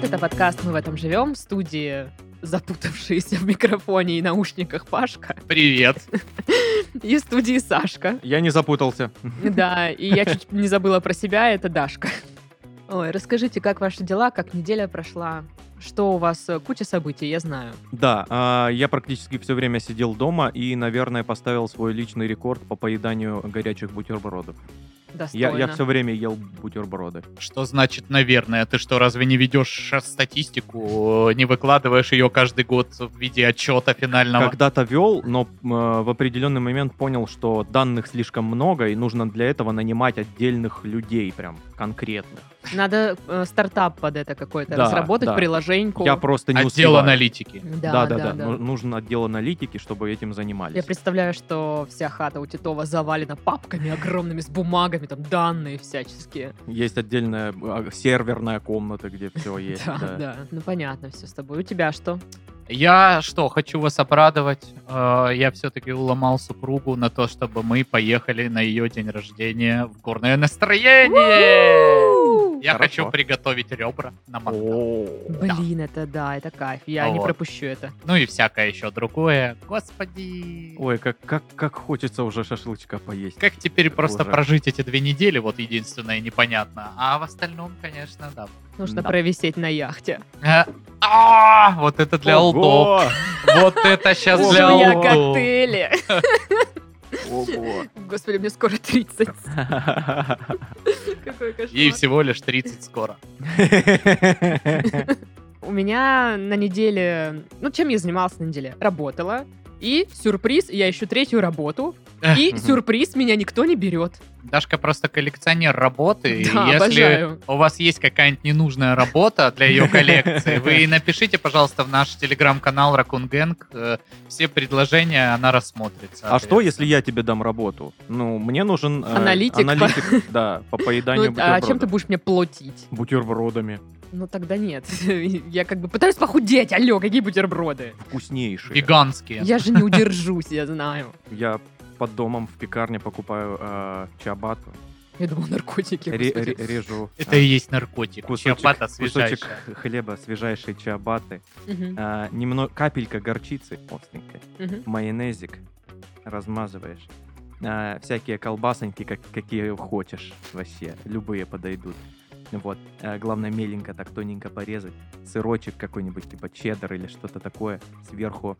привет! Это подкаст «Мы в этом живем». В студии запутавшиеся в микрофоне и наушниках Пашка. Привет. И в студии Сашка. Я не запутался. Да, и я чуть не забыла про себя, это Дашка. Ой, расскажите, как ваши дела, как неделя прошла? Что у вас? Куча событий, я знаю. Да, я практически все время сидел дома и, наверное, поставил свой личный рекорд по поеданию горячих бутербродов. Достойно. Я все время ел бутерброды. Что значит, наверное? Ты что, разве не ведешь статистику, не выкладываешь ее каждый год в виде отчета финального? Когда-то вел, но в определенный момент понял, что данных слишком много, и нужно для этого нанимать отдельных людей, прям конкретных. Надо стартап под это какой-то Да, разработать, да. приложеньку. Я просто не Отдел успеваю. аналитики. Да. Нужен отдел аналитики, чтобы этим занимались. Я представляю, что вся хата у Титова завалена папками огромными с бумагами, там данные всяческие. Есть отдельная серверная комната, где все есть. Да. Ну понятно все с тобой. У тебя что? Я что, хочу вас обрадовать. Я все-таки уломал супругу на то, чтобы мы поехали на ее день рождения в горное настроение. Я Хорошо. хочу приготовить ребра на мангал. Блин, это кайф. Я не Вот. пропущу это. Ну и всякое еще другое. Господи. Ой, как хочется уже шашлычка поесть. Как теперь просто Уже. прожить эти 2 недели, вот единственное непонятно. А в остальном, конечно, да. Нужно Да. провисеть на яхте. Вот это для олдов. Ого! Вот это сейчас Ого. для Жуя олдов. коктейли. Ого! Господи, мне скоро 30. Какой кошмар. Ей всего лишь 30 скоро. У меня на неделе... Ну, чем я занималась на неделе? Работала. И сюрприз, я ищу третью работу. И Мгм. сюрприз, меня никто не берет. Дашка просто коллекционер работы. И Да, если обожаю. у вас есть какая-нибудь ненужная работа для ее коллекции, вы напишите, пожалуйста, в наш телеграм-канал Raccoon Gang. Все предложения она рассмотрит. А что, если я тебе дам работу? Ну, мне нужен Аналитик. да, по поеданию Ну, а чем ты бутербродов. будешь мне платить? Бутербродами. Ну, тогда нет. Я как бы пытаюсь похудеть. Алло, какие бутерброды? Вкуснейшие. Веганские. Я же не удержусь, я знаю. Я под домом в пекарне покупаю чиабатту. Я думал, наркотики. господи. Режу Это и есть наркотик. кусочек Чиабатта свежайшая. хлеба свежайшей чиабатты. Мгм, Капелька горчицы остренькой. мгм. Майонезик размазываешь. Всякие колбасоньки, какие хочешь вообще. Любые подойдут. Вот. Главное, меленько так тоненько порезать. Сырочек какой-нибудь, типа чеддер или что-то такое. Сверху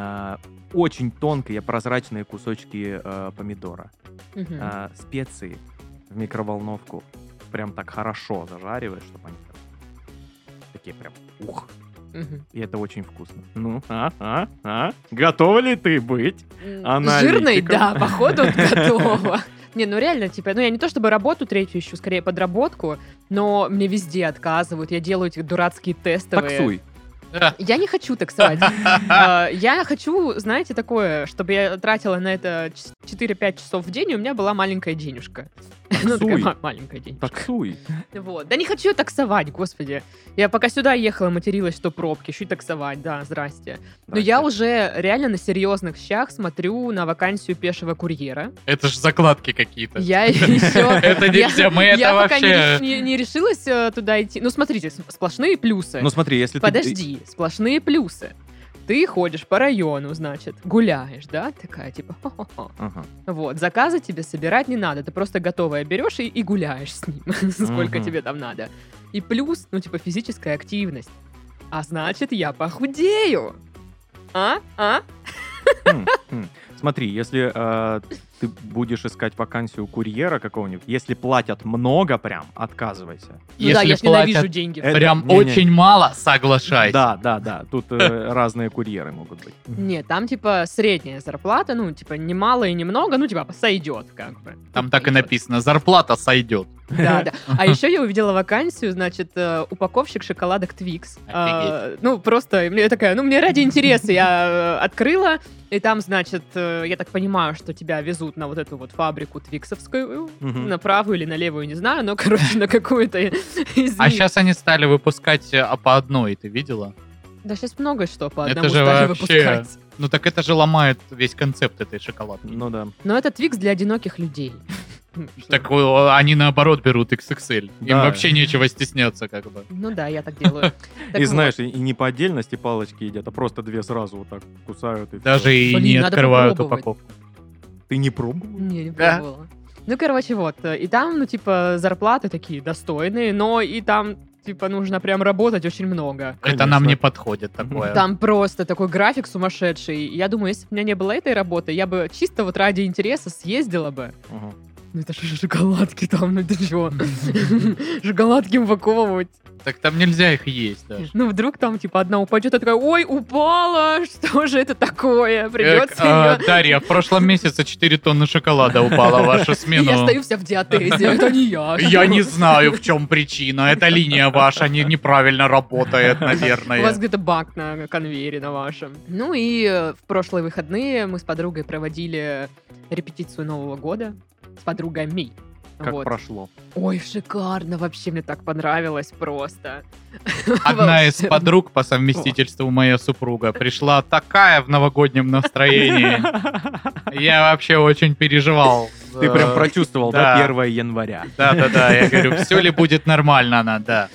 очень тонкие прозрачные кусочки помидора. Мгм. Специи в микроволновку. Прям так хорошо зажариваешь, чтобы они там такие прям ух. Мгм. И это очень вкусно. Ну, готова ли ты быть? Аналитиком. Жирной, да, походу готова. Не, ну реально, типа, ну я не то чтобы работу третью ищу, скорее подработку, но мне везде отказывают, я делаю эти дурацкие тестовые. Таксуй. Да. Я не хочу таксовать. Я хочу, знаете, такое, чтобы я тратила на это 4-5 часов в день, и у меня была маленькая денежка. Ну, такая Таксуй. маленькая денежка. Таксуй. Вот. Да не хочу я таксовать, господи. Я пока сюда ехала, материлась, что пробки, еще и таксовать, да, здрасте. Но я уже реально на серьезных щах смотрю на вакансию пешего курьера. Это ж закладки какие-то. Я еще... Это нельзя, мы это Я пока вообще... не решилась туда идти. Ну, смотрите, сплошные плюсы. Ну смотри, если ты... Подожди, сплошные плюсы. Ты ходишь по району, значит, гуляешь, да? Такая, типа, хо-хо-хо. Ага. Вот, заказы тебе собирать не надо. Ты просто готовое берешь и гуляешь с ним, сколько Мгм. тебе там надо. И плюс, ну, типа, физическая активность. А значит, я похудею. А? Хм. Смотри, если ты будешь искать вакансию курьера какого-нибудь, если платят много прям, отказывайся. Ну да, я ж ненавижу платят деньги. прям Не-не. очень мало, соглашайся. Да. Тут разные курьеры могут быть. Нет, там, типа, средняя зарплата, ну, типа, немало и немного, ну, типа, сойдет, как бы. Там так и Сойдет. написано, зарплата сойдет. Да. А еще я увидела вакансию, значит, упаковщик шоколадок Twix. Офигеть. Ну, просто, мне такая, ну, мне ради интереса я открыла, и там, значит, я так понимаю, что тебя везут на вот эту вот фабрику твиксовскую, Мгм. на правую или на левую, не знаю, но, короче, на какую-то из А них. сейчас они стали выпускать по одной, ты видела? Да, сейчас много что по Это одному же стали вообще- выпускать. Ну так это же ломает весь концепт этой шоколадки. Ну да. Но это Twix для одиноких людей. Так они наоборот берут XXL. Им Да. вообще нечего стесняться, как бы. Ну да, я так делаю. Так И вот. знаешь, и не по отдельности палочки едят, а просто две сразу вот так кусают. И Даже всё. и Блин, не надо открывают попробовать. упаковку. Ты не пробовал? Не Да. пробовала. Ну, короче, вот. И там, ну, типа, зарплаты такие достойные, но и там, типа, нужно прям работать очень много. Это нам Конечно. не подходит такое. Там просто такой график сумасшедший. Я думаю, если бы у меня не было этой работы, я бы чисто вот ради интереса съездила бы. Ага. Ну, это же шоколадки там, ну ты чё? Шоколадки упаковывать. Так там нельзя их есть даже. Ну, вдруг там, типа, одна упадет, а такая, ой, упала, что же это такое? Придется ее... Дарья, в прошлом месяце 4 тонны шоколада упало в вашу И смену. я стою вся в диатезе, это не я. Я не знаю, в чем причина. Эта линия ваша неправильно работает, У вас наверное. где-то баг на конвейере на вашем. Ну и в прошлые выходные мы с подругой проводили репетицию Нового года с подругами. Как Вот. прошло. Ой, шикарно, вообще мне так понравилось просто. Одна из Волшебно. подруг по совместительству моя супруга пришла такая в новогоднем настроении. Я вообще очень переживал. Ты прям прочувствовал, да. да, 1 января. Да, я говорю, все ли будет нормально она, да.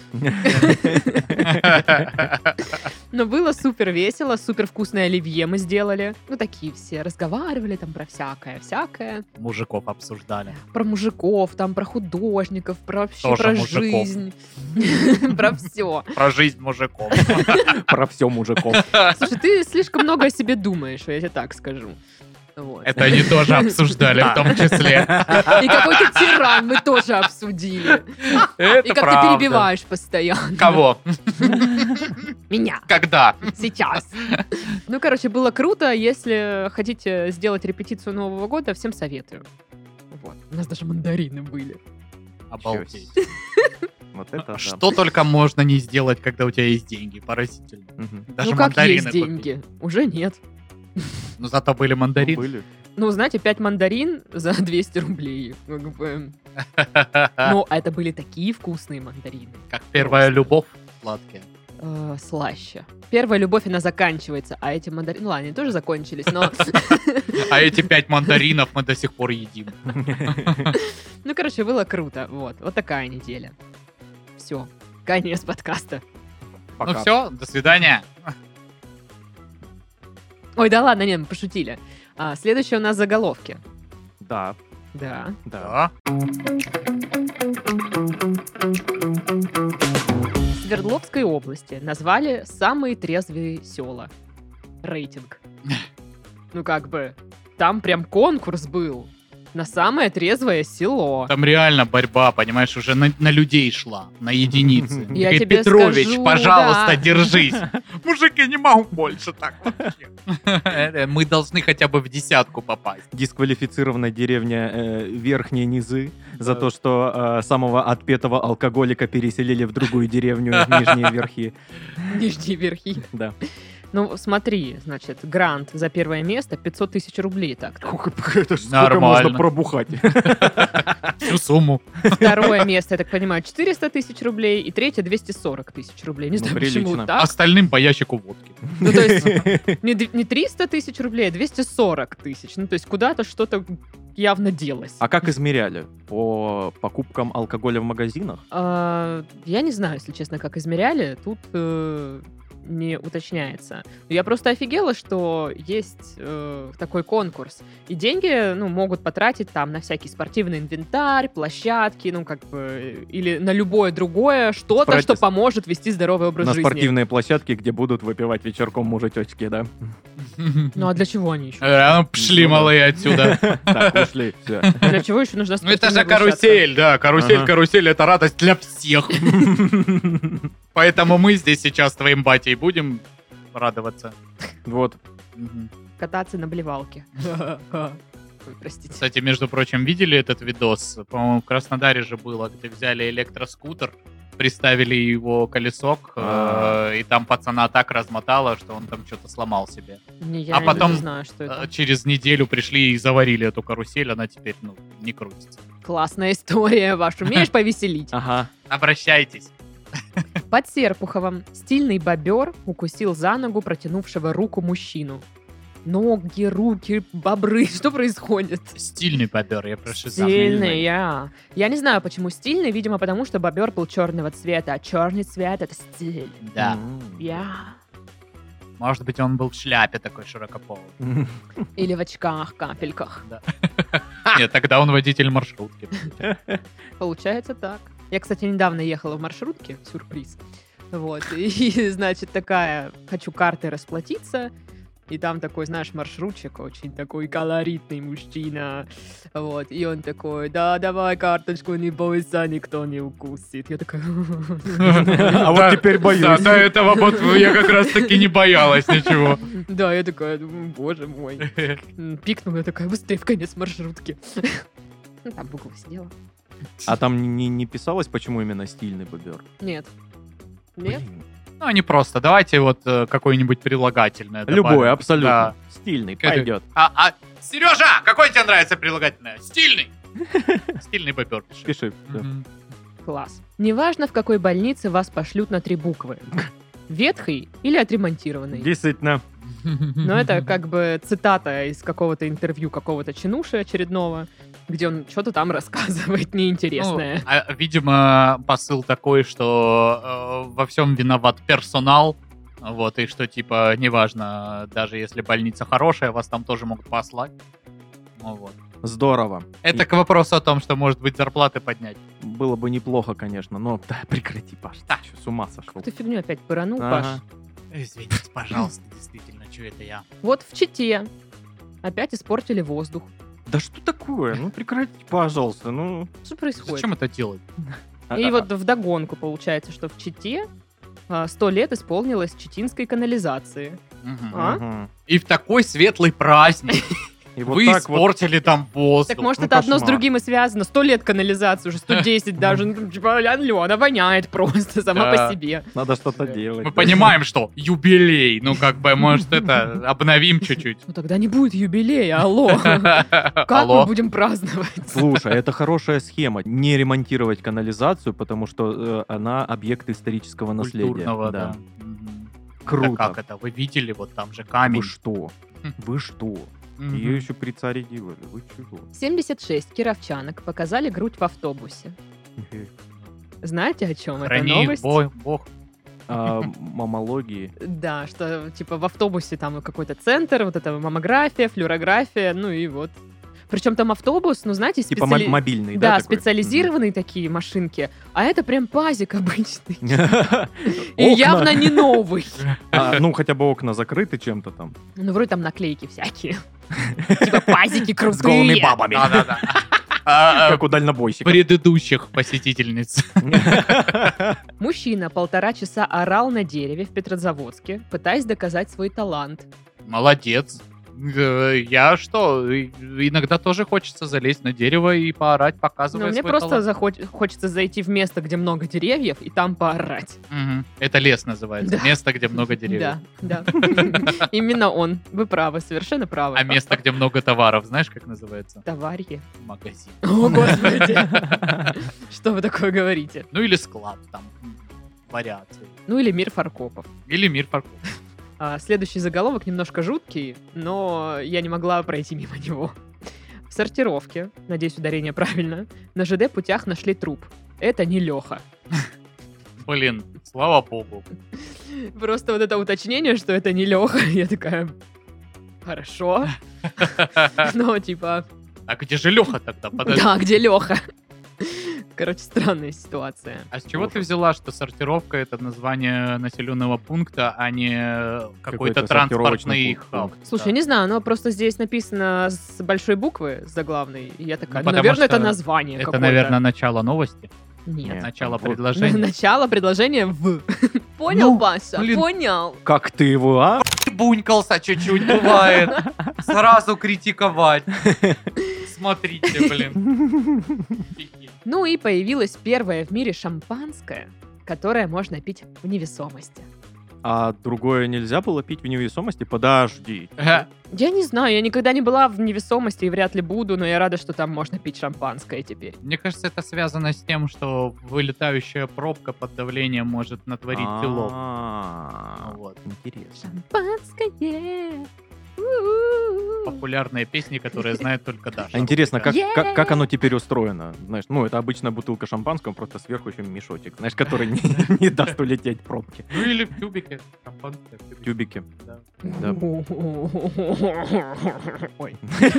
Но было супер весело, супер вкусное оливье мы сделали. Ну, такие все разговаривали там про всякое. Мужиков обсуждали. Про мужиков, там, про художников, про вообще Тоже про мужиков. жизнь. Про все. Про жизнь мужиков. Про все мужиков. Слушай, ты слишком много о себе думаешь, я тебе так скажу. Вот. Это они тоже обсуждали в том числе. И какой ты тиран мы тоже обсудили. Это И как правда. ты перебиваешь постоянно. Кого? Меня. Когда? Сейчас. Ну, короче, было круто. Если хотите сделать репетицию Нового года, всем советую. Вот. У нас даже мандарины были. Обалдеть. Вот это да. Что только можно не сделать, когда у тебя есть деньги. Поразительно. Мгм. Даже Ну, как мандарины есть купить. деньги? Уже нет. Но зато были Ну, мандарины. были. Ну, знаете, 5 мандарин за 200 рублей. Как бы. Но это были такие вкусные мандарины. Как первая любовь сладкие. Слаще. Первая любовь, она заканчивается, а эти мандарины... Ну ладно, они тоже закончились, но... А эти 5 мандаринов мы до сих пор едим. Ну, короче, было круто. Вот такая неделя. Все. Конец подкаста. Ну Пока. все, до свидания. Ой, да ладно, не, мы пошутили. Следующее у нас заголовки. Да, Да. да. Да. В Свердловской области назвали самые трезвые села. Рейтинг. Ну, как бы, там прям конкурс был на самое трезвое село. Там реально борьба, понимаешь, уже на людей шла, на единицы. Я Говорит, тебе Петрович, скажу, пожалуйста, да. держись. Мужик, я не могу больше так вообще. Мы должны хотя бы в 10 попасть. Дисквалифицированная деревня Верхние Низы за Да. то, что самого отпетого алкоголика переселили в другую деревню Нижние Верхи. Нижние верхи. Да. Ну, смотри, значит, грант за первое место 500 тысяч рублей так-то. Это ж сколько Нормально. можно пробухать? Всю сумму. Второе место, я так понимаю, 400 тысяч рублей, и третье 240 тысяч рублей. Не Ну, знаю, почему прилично. так. Остальным по ящику водки. Ну, то есть, не 300 тысяч рублей, а 240 тысяч. Ну, то есть, куда-то что-то явно делось. А как измеряли? По покупкам алкоголя в магазинах? Я не знаю, если честно, как измеряли. Тут не уточняется. Но я просто офигела, что есть такой конкурс. И деньги, ну, могут потратить там на всякий спортивный инвентарь, площадки, ну, как бы, или на любое другое что-то, Спорт- что поможет вести здоровый образ На жизни. спортивные площадки, где будут выпивать вечерком мужичочки, да? Ну, а для чего они еще? Ну, пошли, Ну да. малые, отсюда. Так, ушли, все. Для чего еще нужна Ну, это же спортивная площадка? карусель, да. Карусель, Ага. карусель — это радость для всех. Поэтому мы здесь сейчас твоим батей будем радоваться. Вот. Мгм. Кататься на блевалке. Ой, простите. Кстати, между прочим, видели этот видос? По-моему, в Краснодаре же было, где взяли электроскутер, приставили его колесок, и там пацана так размотало, что он там что-то сломал себе. Не, я А потом, не знаю, что это. Через неделю пришли и заварили эту карусель, она теперь, не крутится. Классная история ваша. Умеешь повеселить? Ага. Обращайтесь. Под Серпуховом стильный бобер укусил за ногу протянувшего руку мужчину. ноги, руки, бобры. Что происходит? Стильный бобер, я прошу Стильный, я не знаю, почему стильный. Видимо, потому что бобер был черного цвета, а черный цвет — это стиль. Да. Я. Может быть, он был в шляпе такой широкополой. Или в очках, капельках. Да. Нет, тогда он водитель маршрутки. Получается так. Я, кстати, недавно ехала в маршрутке, сюрприз. Вот, и, значит, такая, хочу картой расплатиться, и там такой, знаешь, маршрутчик, очень такой колоритный мужчина, вот, и он такой, да, давай карточку, не бойся, никто не укусит. Я такая... А вот теперь боюсь. Да, до этого вот я как раз таки не боялась ничего. Да, я такая, боже мой. Пикнула, я такая, быстрее в конец маршрутки. Ну, там буква сидела. А там не писалось, почему именно стильный бобер? Нет. Нет? Блин. Ну, не просто. Давайте вот какое-нибудь прилагательное добавим. Любой, абсолютно. Да. Стильный, Как- пойдет. Сережа, какое тебе нравится прилагательное? Стильный. Стильный бобер пиши. Пиши. да. Мгм. Класс. Неважно, в какой больнице вас пошлют на 3 буквы. Ветхий или отремонтированный. Действительно. Но это как бы цитата из какого-то интервью какого-то чинуши очередного, где он что-то там рассказывает неинтересное. Ну, видимо, посыл такой, что во всем виноват персонал, вот, и что, типа, неважно, даже если больница хорошая, вас там тоже могут послать. Ну, вот. Здорово. Это к вопросу о том, что, может быть, зарплаты поднять. Было бы неплохо, конечно, но да, прекрати, Паш. Ты чё, с ума сошел? Ты фигню опять пыранул, Паш. Ага. Извините, пожалуйста, действительно, что это я? Вот в Чите опять испортили воздух. Да что такое? Ну прекрати, пожалуйста. Ну. Что происходит? Зачем это делать? И вот вдогонку получается, что в Чите 100 лет исполнилось читинской канализации. Мгм. А? Мгм. И в такой светлый праздник И вот вы так вот. испортили там воздух. Так может ну, это одно с кошмар. другим и связано? 100 лет канализации, уже 110 даже. Ну, типа, алло, она воняет просто сама Да. по себе. Надо что-то делать. Мы понимаем, что юбилей. Ну, как бы, может, это обновим чуть-чуть. Ну тогда не будет юбилея, алло. Как мы Алло. будем праздновать? Слушай, это хорошая схема. Не ремонтировать канализацию, потому что она объект исторического наследия. Культурного, да. Мгм. Да Круто. как это? Вы видели, вот там же камень. Вы что? Вы что? Мгм. Ее еще при царе делали. Вы чего? 76 кировчанок показали грудь в автобусе. Знаете, о чем эта Храни их новость? Бог. А, мамологии. Да, что типа в автобусе там какой-то центр, вот это маммография, флюорография, ну и вот. Причем там автобус, ну знаете, Типа мобильный, да, да? такой? специализированные такие машинки, а это прям пазик обычный. Мгм. И Окна. явно не новый. Ну, хотя бы окна закрыты чем-то там. Ну, вроде там наклейки всякие. Типа пазики С голыми крутые. бабами. Да-да-да. Как у дальнобойщика. Предыдущих посетительниц. Мужчина 1,5 часа орал на дереве в Петрозаводске, пытаясь доказать свой талант. Молодец. Я что, иногда тоже хочется залезть на дерево и поорать, Но показывая мне свой просто талант. хочется зайти в место, где много деревьев, и там поорать. Мгм. Это лес называется. Да. Место, где много деревьев. Да, да. Именно он. Вы правы, совершенно правы. А место, где много товаров, знаешь, как называется? Товарье. Магазин. О, господи. Что вы такое говорите? Ну или склад там. Вариации. Ну или мир фаркопов. Или мир парков. Следующий заголовок немножко жуткий, но я не могла пройти мимо него. В сортировке, надеюсь, ударение правильно, на ЖД-путях нашли труп. Это не Леха. Блин, слава богу. Просто вот это уточнение, что это не Леха, я такая... Хорошо. Но типа... А где же Леха тогда? Подожди. Да, где Леха? Короче, странная ситуация. А с чего ты взяла, что сортировка — это название населенного пункта, а не какой-то Какой-то транспортный сортировочный хаб? пункт. Слушай, не знаю, но просто здесь написано с большой буквы, с заглавной. И я такая, Ну, потому наверное, это что название Это, какое-то. наверное, начало новости, Нет. начало вот. предложения. Начало предложения в. Понял, Ну, Паша? блин. Понял. Как ты его, а? Бунькался чуть-чуть, бывает. Сразу критиковать. Смотрите, блин. Ну и появилось первое в мире шампанское, которое можно пить в невесомости. А другое нельзя было пить в невесомости? Подожди. Я не знаю, я никогда не была в невесомости и вряд ли буду, но я рада, что там можно пить шампанское теперь. Мне кажется, это связано с тем, что вылетающая пробка под давлением может натворить делов. А, Вот. Интересно. Шампанское. Популярные песни, которые знает только Даша. А интересно, Рубрика. как оно теперь устроено? Знаешь, ну, это обычная бутылка шампанского, просто сверху еще мешочек, знаешь, который не даст улететь пробки. Ну или в тюбике. Шампанское в тюбике. Тюбики. Да. Да. Ой.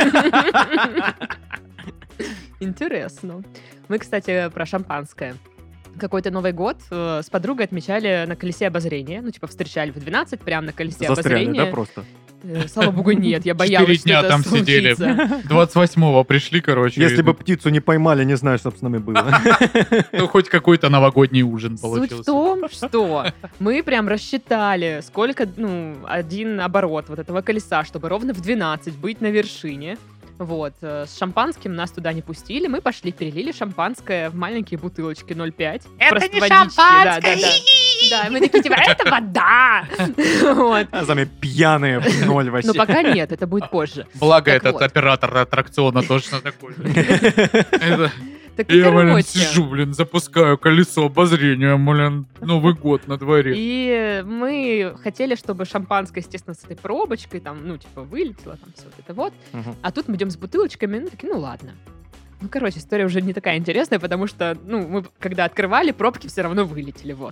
Интересно. Мы, кстати, про шампанское. Какой-то Новый год с подругой отмечали на колесе обозрения. Ну, типа, встречали в 12, прям на колесе Застряли, обозрения. да, просто? Слава богу, нет. Я боялась, 4 что дня это там сидели. случится. 28-го пришли, короче. Если бы птицу не поймали, не знаю, что бы с нами было. Ну, хоть какой-то новогодний ужин Суть получился. в том, что мы прям рассчитали, сколько, один оборот вот этого колеса, чтобы ровно в 12 быть на вершине. Вот, с шампанским нас туда не пустили, мы пошли, перелили шампанское в маленькие бутылочки 0,5. Это Просто не водички, шампанское! Да, и мы такие, типа, это вода! Вот. А сами пьяные в ноль вообще. Но пока нет, это будет позже. Благо, Так этот вот. оператор аттракциона точно такой же. Это- Так и Я, блин, короче. сижу, блин, запускаю колесо обозрения, блин, Новый год на дворе. И мы хотели, чтобы шампанское, естественно, с этой пробочкой, там, ну, типа, вылетело, там, все вот это вот. Мгм. А тут мы идем с бутылочками, ну, такие, ну, ладно. Ну, короче, история уже не такая интересная, потому что, ну, мы, когда открывали, пробки все равно вылетели, вот.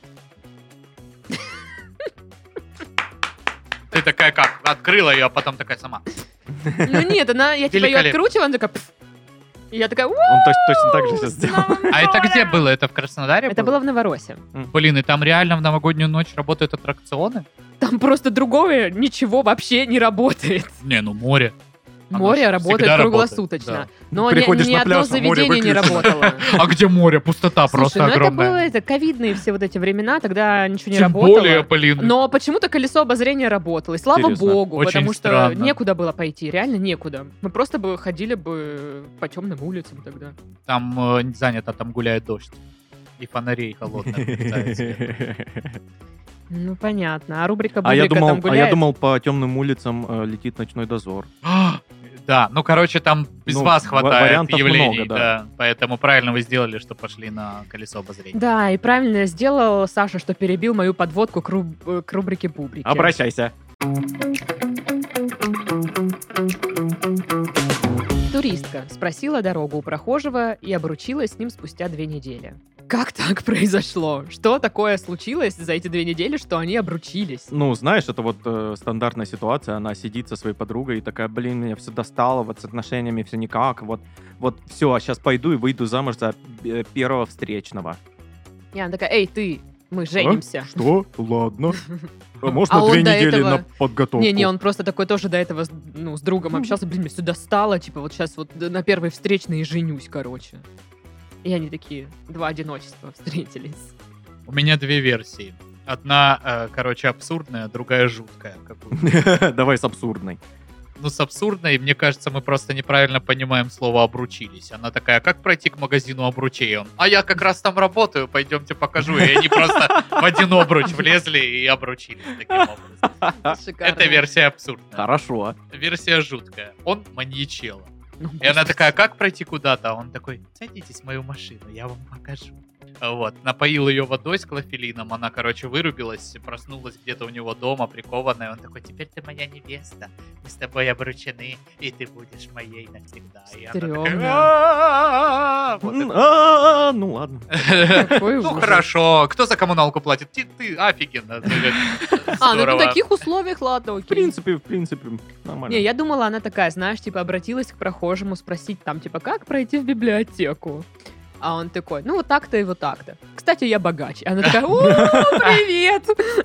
Ты такая как? Открыла ее, а потом такая сама. Ну, нет, я, типа, ее Великолепно. откручивала, она такая, «Пф». И я такая, Он точно так же сейчас «С сделал. Новым А это где годом!» было? Это в Краснодаре Это было в Новороссии. Блин, и там реально в новогоднюю ночь работают аттракционы? Там просто другое ничего вообще не работает. Не, ну море. Оно Море ж работает всегда круглосуточно. работает, Но Приходишь ни на одно пляж, а море заведение не выключено. работало. да. А где море? Пустота Слушай, просто ну это огромная. было ковидные все вот эти времена, тогда ничего не Тем работало. более, блин. Но почему-то колесо обозрения работало. И слава Интересно. богу, Очень потому что странно. некуда было пойти, реально некуда. Мы просто бы ходили бы по темным улицам тогда. Там занято, там гуляет дождь. И фонарей холодных летает сверху. Ну, понятно. А рубрика А я «Бублика» там думал, гуляет? по темным улицам летит ночной дозор. Да, ну, короче, там без Ну, вас хватает вариантов явлений. много, да. Да. Поэтому правильно вы сделали, что пошли на колесо обозрения. Да, и правильно сделал Саша, что перебил мою подводку к рубрике «Бублики». Обращайся. Туристка спросила дорогу у прохожего и обручилась с ним спустя 2 недели. Как так произошло? Что такое случилось за эти 2 недели, что они обручились? Ну, знаешь, это вот стандартная ситуация. Она сидит со своей подругой и такая, блин, меня все достало, вот с отношениями все никак. Вот все, а сейчас пойду и выйду замуж за первого встречного. И она такая, эй, ты, мы женимся. Что? Ладно. Может, А на 2 он до недели этого- на подготовку? Не, он просто такой тоже до этого с другом общался. Блин, меня все достало. Типа, вот сейчас вот на первой встречной и женюсь, короче. И они такие, 2 одиночества встретились. У меня 2 версии. Одна, короче, абсурдная, другая жуткая. Давай с абсурдной. Ну, с абсурдной, мне кажется, мы просто неправильно понимаем слово «обручились». Она такая, как пройти к магазину обручей? Он, а я как раз там работаю, пойдемте покажу. И они просто в один обруч влезли и обручились таким образом. Шикарно. Это версия абсурдная. Хорошо. Версия жуткая. Он маньячело. Ну, И она такая, как пройти куда-то? А он такой, садитесь в мою машину, я вам покажу. Вот, напоил ее водой с клофелином, она, короче, вырубилась, проснулась где-то у него дома, прикованная. Он такой, теперь ты моя невеста, мы с тобой обручены, и ты будешь моей навсегда. И она Стрёмно. такая, «А-а-а». Вот это. Ну ладно. Какой Ну ужас. хорошо, кто за коммуналку платит? Ты офигенно. Ну в Здорово. таких условиях, ладно, В окей. принципе, нормально. Не, я думала, она такая, знаешь, типа, обратилась к прохожему спросить там, типа, как пройти в библиотеку? А он такой, ну, вот так-то и вот так-то. Кстати, я богач. Она такая, о, привет!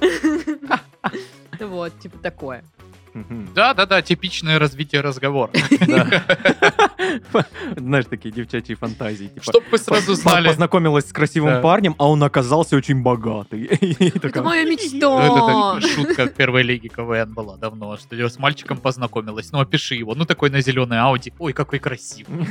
Вот, типа такое. Мгм. Да-да-да, типичное развитие разговора. Да. Знаешь, такие девчачьи фантазии. Типа, Чтоб вы сразу знали. познакомилась с красивым Да. парнем, а он оказался очень богатый. И Это такая, моя Ну, мечта! это шутка в первой лиге КВН была давно, что я с мальчиком познакомилась. Ну, опиши его. Ну, такой на зеленой Ауди. Ой, какой красивый.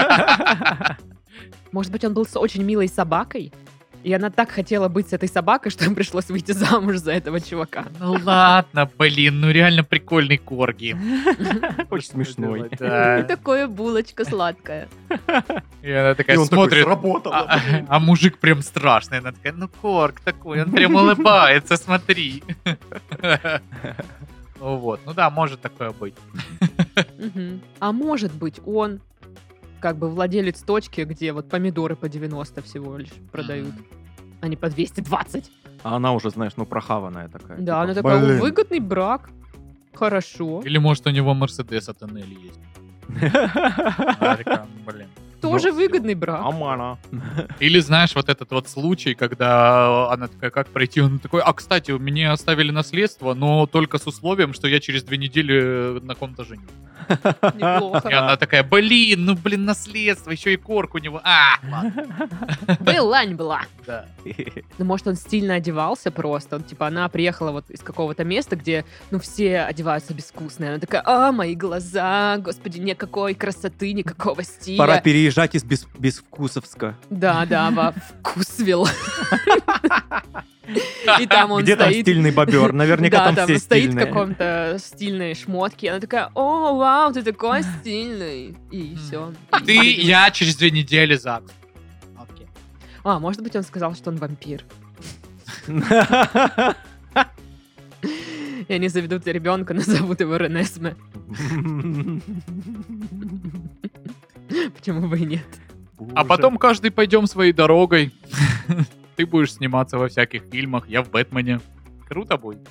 Может быть, он был с очень милой собакой? И она так хотела быть с этой собакой, что им пришлось выйти замуж за этого чувака. Ну ладно, блин, ну реально прикольный корги. Очень смешной. И Да. такое булочка сладкая. И она И такая он такой, смотрит, сработало. а мужик прям страшный. Она такая, ну корг такой, он прям улыбается, смотри. Вот. Ну да, может такое быть. Мгм. А может быть, он как бы владелец точки, где вот помидоры по 90 всего лишь продают, а не по 220. А она уже, знаешь, прохаванная такая. Да, типа, она такая, «Блин». выгодный брак. Хорошо. Или может у него Мерседес от НЛ есть. Она такая, блин. Тоже Ну, выгодный брак. Амана. Или знаешь, вот этот вот случай, когда она такая, как пройти? Он такой, а, кстати, мне оставили наследство, но только с условием, что я через 2 недели на ком-то женю. И Неплохо. она такая, блин, наследство, еще и корк у него. Ладно. Была, не была. Да. Ну, может, он стильно одевался просто. Он, типа, она приехала вот из какого-то места, где, все одеваются безвкусные. Она такая, мои глаза, господи, никакой красоты, никакого стиля. Пора переезжать из безвкусовска. Да, во Вкусвилл. И там он Где там стоит. стильный бобер? Наверняка Да, там там все стоит в стильные. каком-то стильной шмотке. Она такая, о, вау, ты такой стильный. И все. Я через 2 недели ЗАГС. Окей. Может быть, он сказал, что он вампир. И они заведут ребенка, назовут его Ренесме. Почему бы и нет? А потом каждый пойдем своей дорогой. Ты будешь сниматься во всяких фильмах, я в Бэтмене. Круто будет.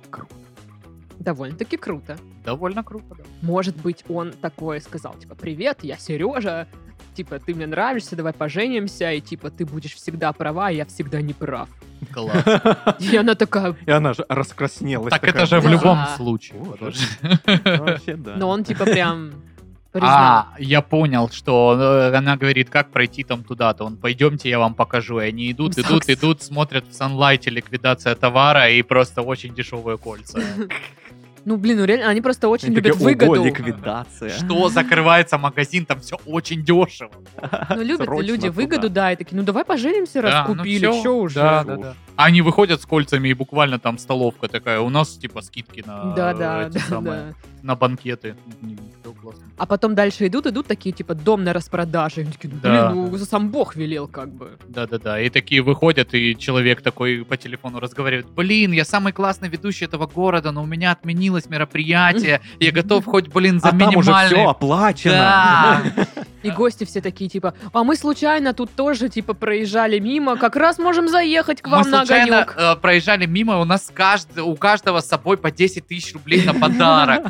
Довольно-таки круто. Довольно круто, да. Может быть, он такое сказал, типа, привет, я Сережа, типа, ты мне нравишься, давай поженимся, и типа, ты будешь всегда права, а я всегда не прав. Класс. И она такая, И она же раскраснелась. Так такая, это же в Да. любом случае. Боже. Подожди. Вообще, да. но он типа прям признал. Я понял, что она говорит, как пройти там туда-то. Он, пойдемте, я вам покажу. И они идут, В идут, ЗАГС. идут, смотрят в Санлайте ликвидация товара и просто очень дешевые кольца. Ну, блин, реально, они просто очень Они любят такие, «Ого, выгоду. ликвидация. Что закрывается магазин, там все очень дешево. Ну, любят Срочно люди туда. выгоду, да, и такие, давай поженимся, раз Да, ну купили, всё, что уже. да, Что да. уж. Они выходят с кольцами, и буквально там столовка такая. У нас типа скидки на Да, эти самые, на банкеты. Всё классно. А потом дальше идут такие, типа, дом на распродаже. Они такие, Да. сам Бог велел, как бы. Да. И такие выходят, и человек такой по телефону разговаривает. Блин, я самый классный ведущий этого города, но у меня отменилось мероприятие. Я готов хоть, блин, за А там уже минимальный... все оплачено. Да. И гости все такие, типа, а мы случайно тут тоже, типа, проезжали мимо, как раз можем заехать к Мы вам на случайно огонек. проезжали мимо, у нас у каждого с собой по 10 тысяч рублей на подарок.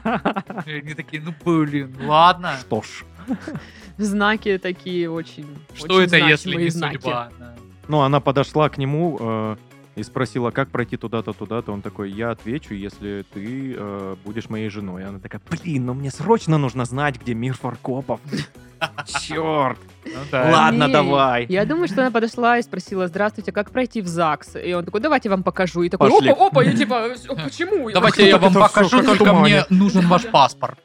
И они такие, блин, ладно. Что ж. Знаки такие очень Что очень это, если значимые не знаки. судьба? Да. Ну, она подошла к нему и спросила, как пройти туда-то, туда-то. Он такой, я отвечу, если ты будешь моей женой. И она такая, блин, ну мне срочно нужно знать, где мир фаркопов. Черт. Ну да. Ладно, Не, давай. Я думаю, что она подошла и спросила, здравствуйте, как пройти в ЗАГС? И он такой, давайте я вам покажу. И такой, Пошли. опа, и типа, почему? Давайте я вам Это всё покажу, как в только тумане. мне нужен ваш паспорт.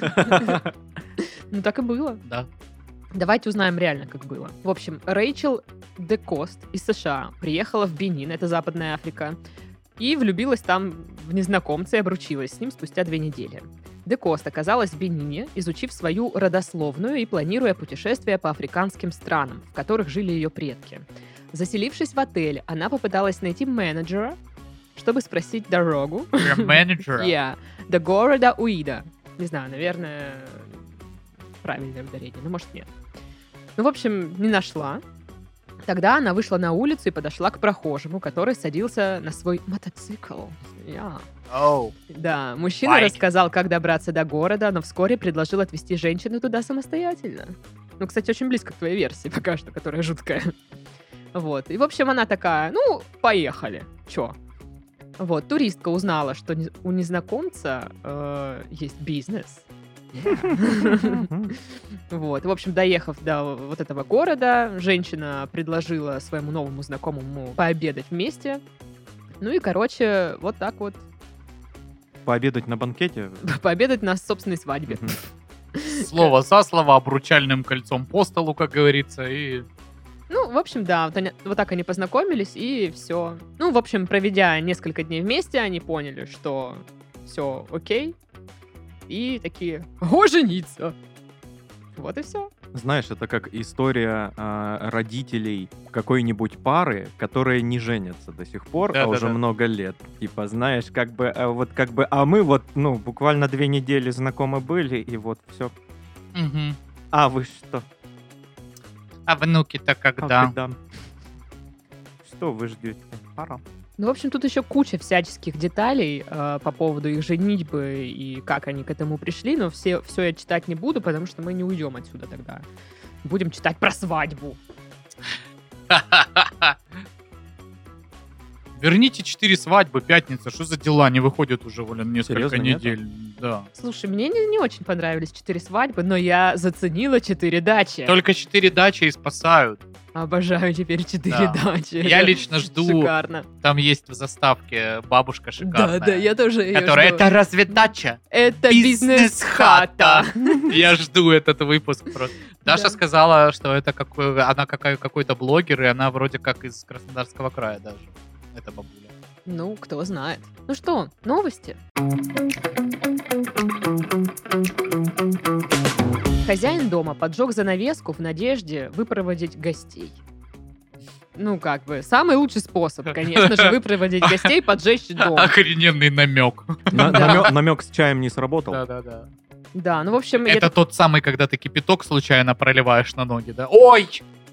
Ну так и было. Да. Давайте узнаем реально, как было. В общем, Рэйчел Декост из США приехала в Бенин, это Западная Африка, и влюбилась там в незнакомца и обручилась с ним спустя 2 недели. Декост оказалась в Бенине, изучив свою родословную и планируя путешествия по африканским странам, в которых жили ее предки. Заселившись в отель, она попыталась найти менеджера, чтобы спросить дорогу. Прям менеджера. Yeah. До города Уида. Не знаю, наверное, правильное ударение, но может нет. Ну, в общем, не нашла. Тогда она вышла на улицу и подошла к прохожему, который садился на свой мотоцикл. Yeah. Оу. Да, мужчина Байк. рассказал, как добраться до города, но вскоре предложил отвезти женщину туда самостоятельно. Ну, кстати, очень близко к твоей версии пока что, которая жуткая. Вот. И, в общем, она такая, поехали. Чё? Вот, туристка узнала, что у незнакомца есть бизнес. Вот. В общем, доехав до вот этого города, женщина предложила своему новому знакомому пообедать вместе. Ну и, короче, вот так вот Пообедать на банкете? пообедать на собственной свадьбе. Мгм. Слово за слово, обручальным кольцом по столу, как говорится, и... Ну, в общем, да, вот так они познакомились, и все. Ну, в общем, проведя несколько дней вместе, они поняли, что все окей. И такие, жениться. Вот и все. Знаешь, это как история родителей какой-нибудь пары, которые не женятся до сих пор, а уже много лет. Типа, знаешь, а мы вот, буквально 2 недели знакомы были, и вот все. Мгм. А вы что? А внуки-то когда? Что вы ждете? Пора. Ну, в общем, тут еще куча всяческих деталей по поводу их женитьбы и как они к этому пришли, но все я читать не буду, потому что мы не уйдем отсюда тогда. Будем читать про свадьбу. Верните 4 свадьбы, пятница. Что за дела? Не выходят уже, несколько Серьезно, нет? недель. Да. Слушай, мне не очень понравились 4 свадьбы, но я заценила 4 дачи. Только 4 дачи и спасают. Обожаю теперь 4 Да. дачи. Я Это лично жду. Шикарно. Там есть в заставке бабушка шикарная. Да, я тоже ее Которая, жду. это разве дача? Это бизнес-хата. Я жду этот выпуск просто. Даша Да. сказала, что это она какой-то блогер, и она вроде как из Краснодарского края даже. Это бабуля. Ну, кто знает. Ну что, новости? Хозяин дома поджег занавеску в надежде выпроводить гостей. Ну, как бы, самый лучший способ, конечно же, выпроводить гостей, поджечь дом. Охрененный намек. Да. Намек с чаем не сработал. Да. Да, ну, в общем, Это тот самый, когда ты кипяток случайно проливаешь на ноги, да? Ой!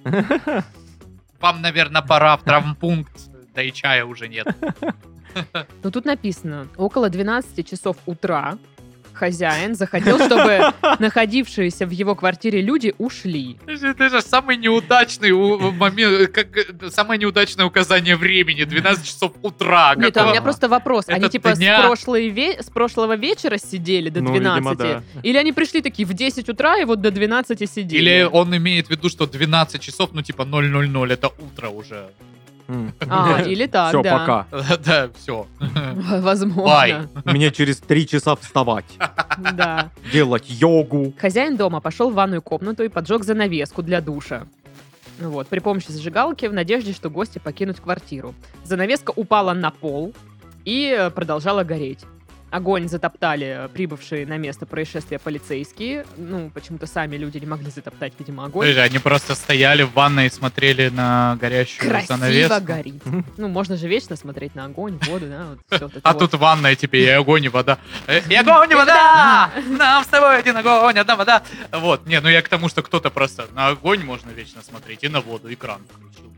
Вам, наверное, пора в травмпункт, да и чая уже нет. ну, тут написано, около 12 часов утра хозяин захотел, чтобы находившиеся в его квартире люди ушли. Это же самый неудачный момент, самое неудачное указание времени, 12 часов утра. Нет, а у меня просто вопрос. Они Это типа дня. с прошлого вечера сидели до 12? Видимо, да. Или они пришли такие в 10 утра и вот до 12 сидели? Или он имеет в виду, что 12 часов, 0:00, это утро уже. Или так, Все, да. пока. Да, все. Возможно. Мне через 3 часа вставать, Да. делать йогу. Хозяин дома пошел в ванную комнату и поджег занавеску для душа. Вот, при помощи зажигалки в надежде, что гости покинут квартиру. Занавеска упала на пол и продолжала гореть. Огонь затоптали прибывшие на место происшествия полицейские. Ну, почему-то сами люди не могли затоптать, видимо, огонь. Подожди, они просто стояли в ванной и смотрели на горящую Красиво занавеску. горит. Ну, можно же вечно смотреть на огонь, воду, да, вот всё вот это А вот. тут ванная теперь, и огонь, и вода. И огонь, и вода! Нам с тобой один огонь, одна вода. Вот, не, ну я к тому, что кто-то просто на огонь можно вечно смотреть, и на воду, и кран включил.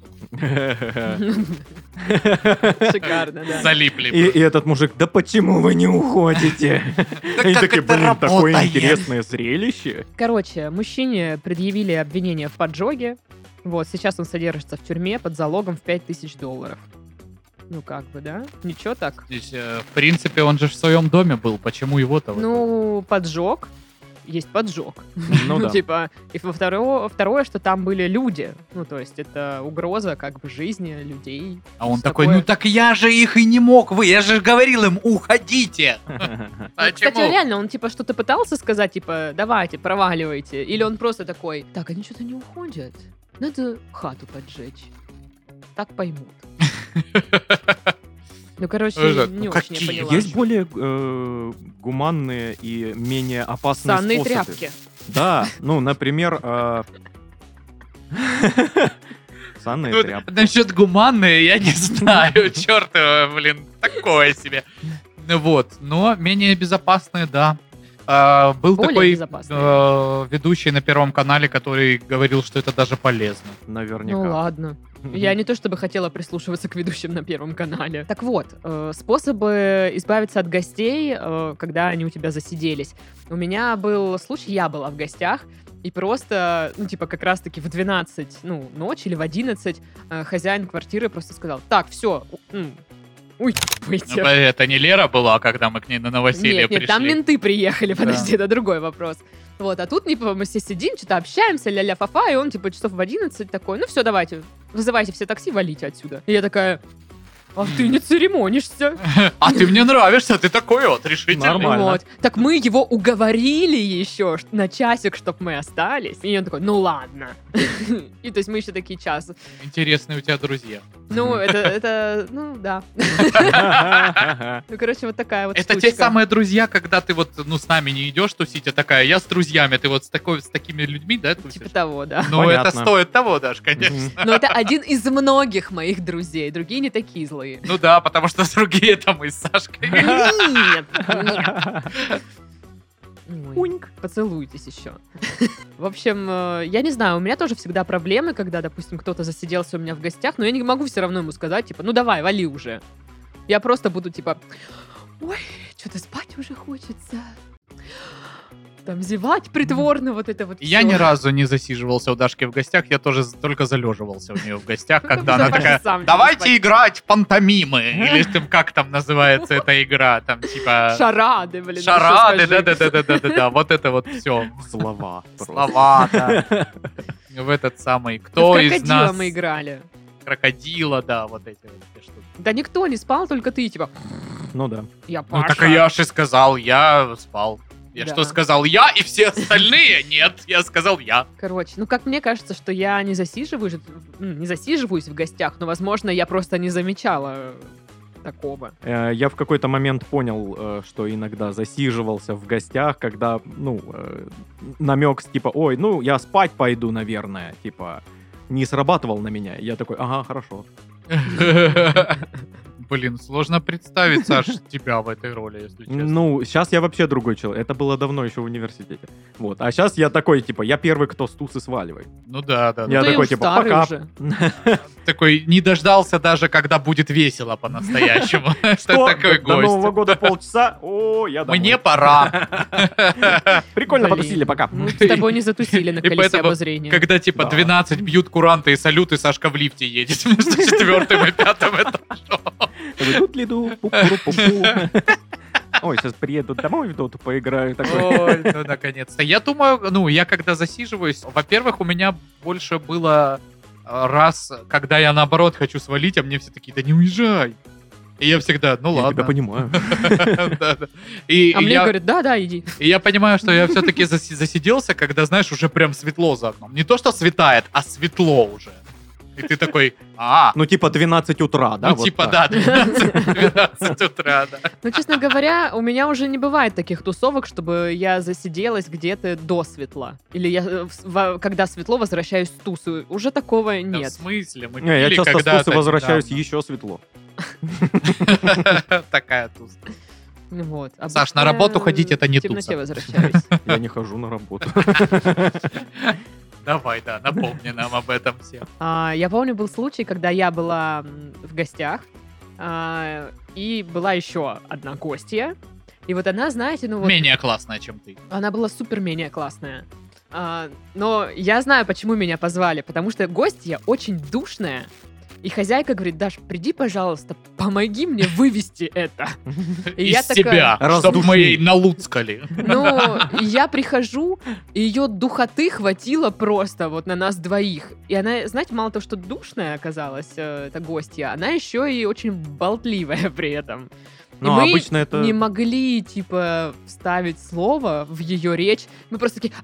Шикарно, да. Залипли. И этот мужик, да почему вы не уходите? Они как такие, это блин, такое работает?» интересное зрелище. Короче, мужчине предъявили обвинение в поджоге. Вот, сейчас он содержится в тюрьме под залогом в $5000. Ну, как бы, да? Ничего так. Здесь, в принципе, он же в своем доме был, почему его-то? Ну, поджог. Есть поджог. Ну да. Типа, и второе, что там были люди. Ну, то есть, это угроза, как бы, жизни людей. А он Что такой, такое? ну так я же их и не мог, я же говорил им, уходите. Кстати, реально, он, типа, что-то пытался сказать, типа, давайте, проваливайте. Или он просто такой, так, они что-то не уходят. Надо хату поджечь. Так поймут. Ну, короче, Слушай, не ну очень я какие? поняла. Есть более гуманные и менее опасные Санные способы. тряпки. Да, ну, например, санные Ну, тряпки. насчет гуманные, я не знаю, черт его, блин, такое себе. Вот, но менее безопасные, да. Был Более такой безопасные. ведущий на Первом канале, который говорил, что это даже полезно. Наверняка. Ну ладно. Я не то чтобы хотела прислушиваться к ведущим на Первом канале. Так вот, способы избавиться от гостей, когда они у тебя засиделись. У меня был случай, я была в гостях, и просто, ну, типа, как раз-таки в 12, ну, ночи или в 11 хозяин квартиры просто сказал, так, все, уйдите. Ну, это не Лера была, когда мы к ней на новоселье Нет, пришли. там менты приехали, Да. подожди, это другой вопрос. Вот, а тут типа, мы все сидим, что-то общаемся, ля-ля фа-фа, и он, типа, часов в 11 такой, ну все, давайте, вызывайте все такси, валите отсюда. И я такая, А ты не церемонишься. А ты мне нравишься, ты такой вот решительный. Нормально. Вот. Так мы его уговорили еще на часик, чтобы мы остались. И он такой, ну ладно. И то есть мы еще такие час. Интересные у тебя друзья. Ну, это, ну, да. Ну, короче, вот такая вот Это штучка. те самые друзья, когда ты вот, ну, с нами не идешь тусить, а такая, я с друзьями, ты вот с такими людьми, да, тусишь? Типа того, да. Ну, это Понятно. стоит того даже, конечно. Но это один из многих моих друзей. Другие не такие злые. Ну да, потому что другие там мы с Сашкой. Нет, нет. Ой, Уньк. поцелуйтесь еще. В общем, я не знаю, у меня тоже всегда проблемы, когда, допустим, кто-то засиделся у меня в гостях, но я не могу все равно ему сказать, типа, ну давай, вали уже. Я просто буду, типа, ой, что-то спать уже хочется. Там зевать притворно, вот это вот Я всё. ни разу не засиживался у Дашки в гостях, я тоже только залеживался у нее в гостях, когда она Потому что такая, сам не давайте спать. играть в пантомимы, или там, как там называется эта игра, там типа... Шарады, блин. Шарады, еще скажи. да-да-да-да-да-да, вот это вот все. Слова. просто. Слова, да. В этот самый, В кто из крокодила нас... мы играли. Крокодила, да, вот эти вот все штуки. Да никто не спал, только ты, типа, Ну да. я Ну Паша. так и я же сказал, я спал. Я Да. что сказал, я и все остальные? Нет, я сказал я. Короче, ну как мне кажется, что я не засиживаюсь в гостях, но, возможно, я просто не замечала такого. Я в какой-то момент понял, что иногда засиживался в гостях, когда, ну, намек типа, ой, ну, я спать пойду, наверное, типа, не срабатывал на меня. Я такой, ага, хорошо. Блин, сложно представить, Саш, тебя в этой роли, если честно. Ну, сейчас я вообще другой человек. Это было давно еще в университете. Вот. А сейчас я такой, типа, я первый, кто с тусы сваливает. Ну да, да. Я Ну, ты такой, уж типа, старый пока. уже. Такой не дождался даже, когда будет весело по-настоящему. Что такой До Нового гость? года полчаса. О, я домой. Мне пора. Прикольно Блин. потусили, пока. Мы с тобой не затусили на И колесе поэтому, обозрения. когда типа Да. 12 бьют куранты и салюты, Сашка в лифте едет между 4-м и 5-м этажом. Тут лиду, пу-пу-пу-пу. Ой, сейчас приеду домой в доту поиграю. Такой. Ой, ну наконец-то. Я думаю, ну, я когда засиживаюсь, во-первых, у меня больше было раз, когда я наоборот хочу свалить, а мне все такие, да не уезжай. И я всегда, ну Я тебя ладно. понимаю. Да, да. И А мне я- говорят, да, иди. и я понимаю, что я все-таки засиделся, когда, знаешь, уже прям светло за окном. Не то, что светает, а светло уже. И ты такой, Ну, типа 12 утра, да? ну вот типа так. да, 12 утра, да. Ну, честно говоря, у меня уже не бывает таких тусовок, чтобы я засиделась где-то до светла. Или я, когда светло, возвращаюсь с тусы. Уже такого Да в нет. смысле? Мы Не, я пили часто с когда-то тусы возвращаюсь, недавно. еще светло. Такая туса. Вот. Саш, на Обычно работу ходить это не в темноте туса. возвращаюсь. Я не хожу на работу. Давай, да, напомни нам об этом всем. Я помню, был случай, когда я была в гостях, и была еще одна гостья. И вот она, знаете, ну вот... Менее классная, чем ты. Она была супер менее классная. Но я знаю, почему меня позвали. Потому что гостья очень душная. И хозяйка говорит, Даш, приди, пожалуйста, помоги мне вывести это. И я Из такая, себя, чтобы раздуши. мы ей налуцкали. Ну, и я прихожу, и ее духоты хватило просто вот на нас двоих. И она, знаете, мало того, что душная оказалась, эта гостья, она еще и очень болтливая при этом. И Ну, мы обычно это... не могли, типа, вставить слово в ее речь. Мы просто такие...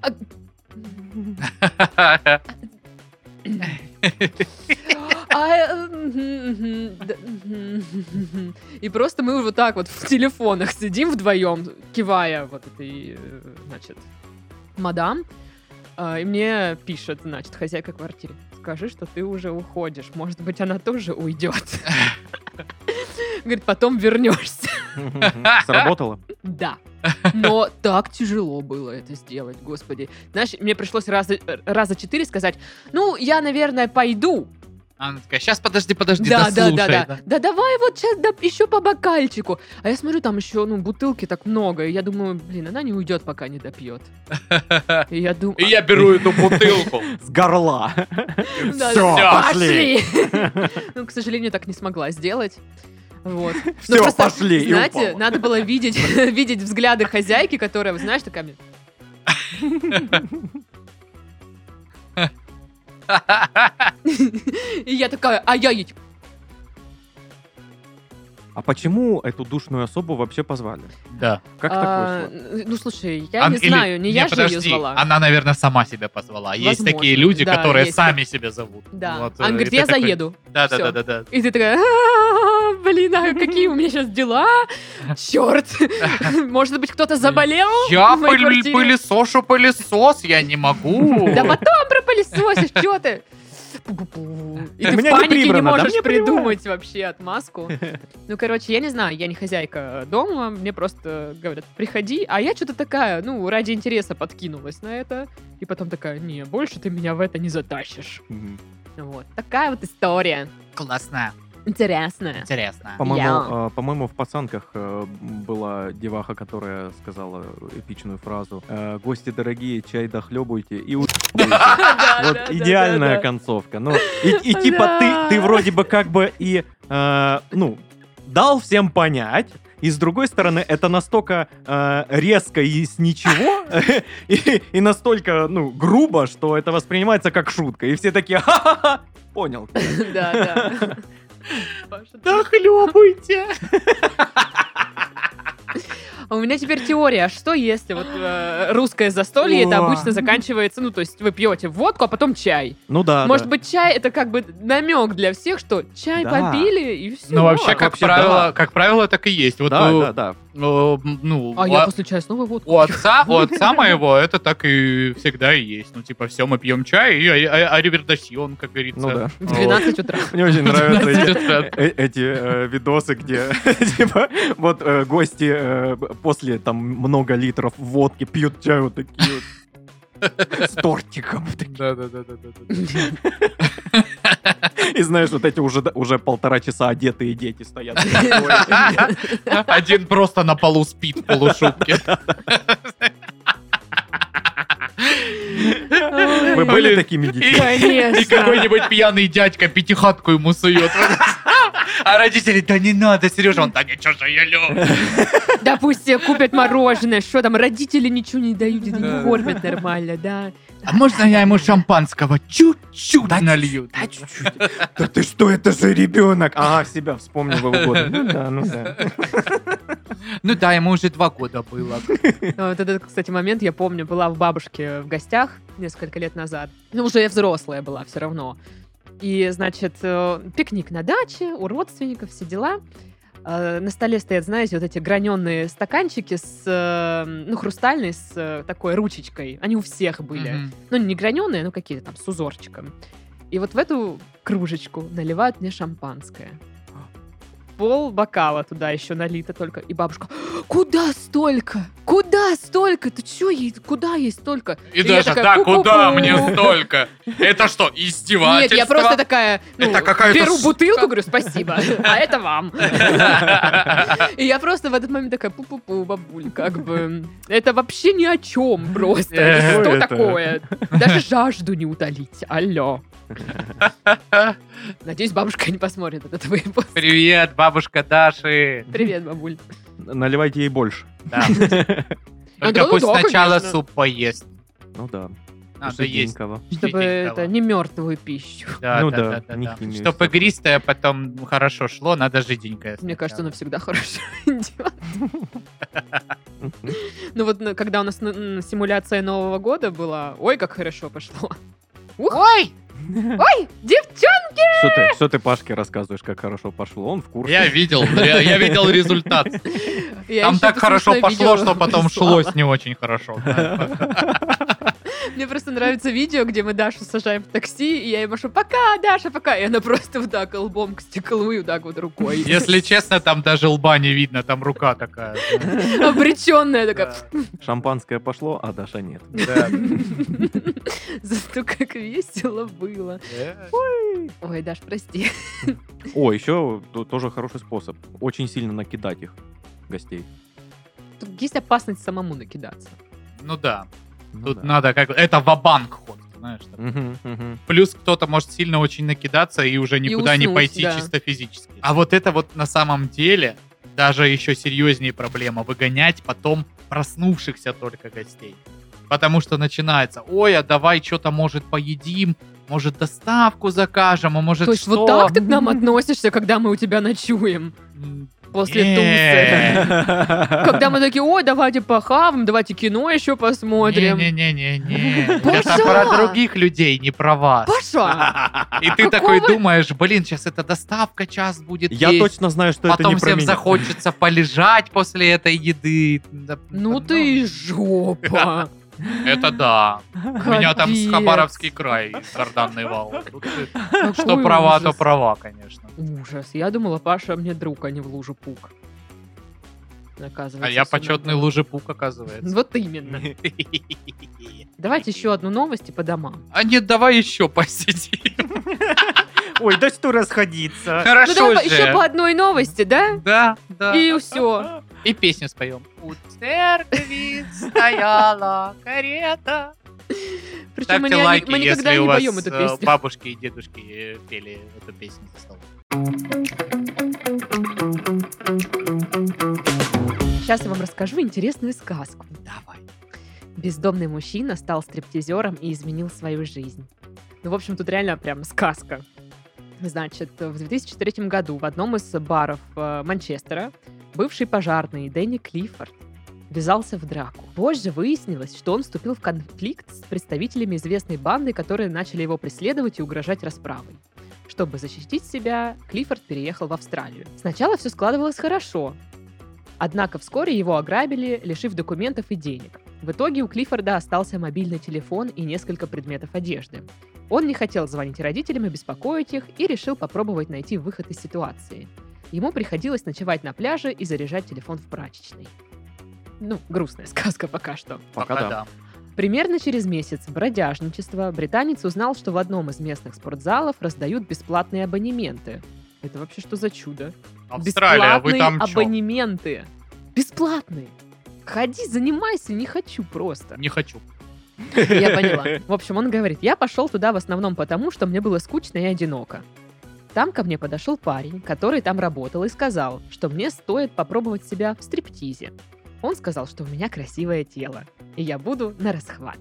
И просто мы вот так вот в телефонах сидим вдвоем, кивая вот этой, значит, мадам. И мне пишет, значит, хозяйка квартиры. Скажи, что ты уже уходишь. Может быть, она тоже уйдет. Говорит, потом вернешься. Сработало? Да. Но так тяжело было это сделать, господи. Знаешь, мне пришлось раза 4 сказать, ну, я, наверное, пойду. Она такая, сейчас подожди, Да. дослушай. Да давай вот сейчас еще по бокальчику. А я смотрю, там еще, ну, бутылки так много. И я думаю, блин, она не уйдет, пока не допьет. И я думаю... И я беру эту бутылку. С горла. Да, Всё, пошли! Ну, к сожалению, так не смогла сделать. Вот. Ну, Все, просто, пошли. И знаете, упала. надо было видеть взгляды хозяйки, которая, вот знаешь, такая... И я такая, а я ей... А почему эту душную особу вообще позвали? Да. Как так вышло? Ну, слушай, я не знаю, не я же ее звала. Она, наверное, сама себя позвала. Есть Возможно, такие люди, да, которые есть сами себя зовут. Да. Вот, Она говорит, и я ты такой, заеду. Всё. Да. И ты такая, блин, а какие у меня сейчас дела? Черт! Может быть, кто-то заболел? Я в моей квартире? пылесошу пылесос, я не могу. Да потом пропылесосишь, что ты? Пу-пу-пу. И ты У в меня не панике не прибрано, да можешь мне плевать. придумать вообще отмазку. Ну, короче, я не знаю, я не хозяйка дома, мне просто говорят, приходи, а я что-то такая, ну, ради интереса подкинулась на это, и потом такая, не, больше ты меня в это не затащишь. Мгм. Вот, такая вот история. Классно, Интересная. интересно. По-моему, в «Пацанках» была деваха, которая сказала эпичную фразу «Гости дорогие, чай дохлебуйте и Да, Вот да, идеальная да. концовка. Ну, и типа Да. ты вроде бы как бы и, ну, дал всем понять, и с другой стороны, это настолько резко и с ничего, и настолько, ну, грубо, что это воспринимается как шутка. И все такие, ха-ха-ха, понял. Да, да. Паша, ты- Дохлебуйте. А у меня теперь теория, а что если вот русское застолье, это О. обычно заканчивается, ну, то есть вы пьете водку, а потом чай. Ну да, Может да. быть, чай это как бы намек для всех, что чай Да. попили и все. Ну, вообще, как вообще, да. как правило, так и есть. Вот, Да. ну, А я после чая снова водку. у отца моего это так и всегда и есть. Ну, типа, все, мы пьем чай, и аривердасьон, как говорится. Ну да. В 12 утра. Мне очень нравятся 12 утра. эти видосы, где типа вот гости после там много литров водки пьют чай вот такие вот с тортиком. Да. И знаешь, вот эти уже 1,5 часа одетые дети стоят. Один просто на полу спит в полушубке. Вы были Блин. такими детьми? Конечно. И какой-нибудь пьяный дядька пятихатку ему сует. А родители, да не надо, Сережа, он, да ничего же я люблю. Да пусть себе купят мороженое. Что там, родители ничего не дают, и не кормят нормально, да. А можно я ему шампанского чуть-чуть налью? Да чуть-чуть. Да ты что, это же ребенок. Ага, себя вспомнил в его годы. Ну да. Ну да, ему уже 2 года было. Вот этот, кстати, момент, я помню, была в бабушке в гостях несколько лет назад. Ну, уже я взрослая была все равно. И, значит, пикник на даче, у родственников, все дела. На столе стоят, знаете, вот эти граненые стаканчики ну, хрустальные, с такой ручечкой. Они у всех были. Мгм. Ну, не граненые, но какие-то там с узорчиком. И вот в эту кружечку наливают мне шампанское. Пол бокала туда еще налито только. И бабушка, куда столько? Куда столько? Ты что, куда ей столько? И я даже, такая, да, «Ку-ку-ку». куда мне столько? Это что, Нет, издевательство? я просто такая, ну, Это какая-то беру ш- бутылку, говорю, спасибо, а это вам. И я просто в этот момент такая, пу-пу-пу, бабуль, как бы, это вообще ни о чем просто. Что Это- такое? Даже жажду не утолить, алло. Надеюсь, бабушка не посмотрит этот выпуск. Привет, бабушка Даши. Привет, бабуль. Наливайте ей больше. Да. Ну Только пусть да, сначала конечно. суп поест. Ну да. Надо есть. Жиденького. Чтобы это не мертвую пищу. Да, Ну да, да, не химию Чтобы всякую. игристое потом хорошо шло, надо жиденькое. Мне кажется, сначала. навсегда хорошо идет. Ну вот, когда у нас симуляция Нового года была, ой, как хорошо пошло. Ой! Ой, девчонки! Что ты Пашке рассказываешь, как хорошо пошло? Он в курсе. Я видел результат. Я Там ещё так это хорошо смешное пошло, видео что потом прислала. шлось не очень хорошо. Мне просто нравится видео, где мы Дашу сажаем в такси, и я ей машу, пока, Даша, пока. И она просто вот так лбом к стеклу и вот так вот рукой. Если честно, там даже лба не видно, там рука такая. Обреченная такая. Шампанское пошло, а Даша нет. Да. Зато как весело было. Ой, Даш, прости. О, еще тоже хороший способ. Очень сильно накидать их, гостей. Тут есть опасность самому накидаться. Ну да. Ну Тут да. надо как... Это ва-банк ход, знаешь. так. Мгм. Плюс кто-то может сильно очень накидаться и уже никуда не уснуть, пойти да. чисто физически. А вот это вот на самом деле даже еще серьезнее проблема. Выгонять потом проснувшихся только гостей. Потому что начинается, ой, а давай что-то, может, поедим, может, доставку закажем, а может, То есть что? вот так ты к нам относишься, когда мы у тебя ночуем? после тусы. Когда мы такие, ой, давайте похаваем, давайте кино еще посмотрим. Не-не-не-не-не. Паша! Это про других людей, не про вас. Паша! И ты такой думаешь, блин, сейчас эта доставка час будет Я есть. точно знаю, что это Потом не про всем меня. захочется полежать после этой еды. Ну ты жопа. Это да. У меня там Капец. Хабаровский край, карданный вал. Тут ты Какой Что права, то ужас. права, конечно. Ужас. Я думала, Паша мне друг, а не в лужу пук. Оказывается, А я всё почетный наоборот. лужепук, оказывается. Вот именно. Давайте еще одну новость и по домам. А нет, давай еще посидим. Ой, да что расходиться. Ну Хорошо давай еще же. по одной новости, да? Да, да. И все. И песню споем. У церкви стояла карета. Причем мы, Ставьте лайки, мы никогда если не у вас поем эту песню. бабушки и дедушки пели эту песню за столом. Сейчас я вам расскажу интересную сказку. Давай. Бездомный мужчина стал стриптизером и изменил свою жизнь. Ну, в общем, тут реально прям сказка. Значит, в 2003 году в одном из баров Манчестера бывший пожарный Дэнни Клиффорд ввязался в драку. Позже выяснилось, что он вступил в конфликт с представителями известной банды, которые начали его преследовать и угрожать расправой. Чтобы защитить себя, Клиффорд переехал в Австралию. Сначала все складывалось хорошо. Однако вскоре его ограбили, лишив документов и денег. В итоге у Клиффорда остался мобильный телефон и несколько предметов одежды. Он не хотел звонить родителям и беспокоить их, и решил попробовать найти выход из ситуации. Ему приходилось ночевать на пляже и заряжать телефон в прачечной. Ну, грустная сказка пока что. Пока да. Примерно через месяц бродяжничества британец узнал, что в одном из местных спортзалов раздают бесплатные абонементы. Это вообще что за чудо? Австралия, вы там чё? абонементы. Бесплатные. Ходи, занимайся, не хочу просто. Не хочу. Я поняла. В общем, он говорит, я пошел туда в основном потому, что мне было скучно и одиноко. Там ко мне подошел парень, который там работал, и сказал, что мне стоит попробовать себя в стриптизе. Он сказал, что у меня красивое тело, и я буду на расхват.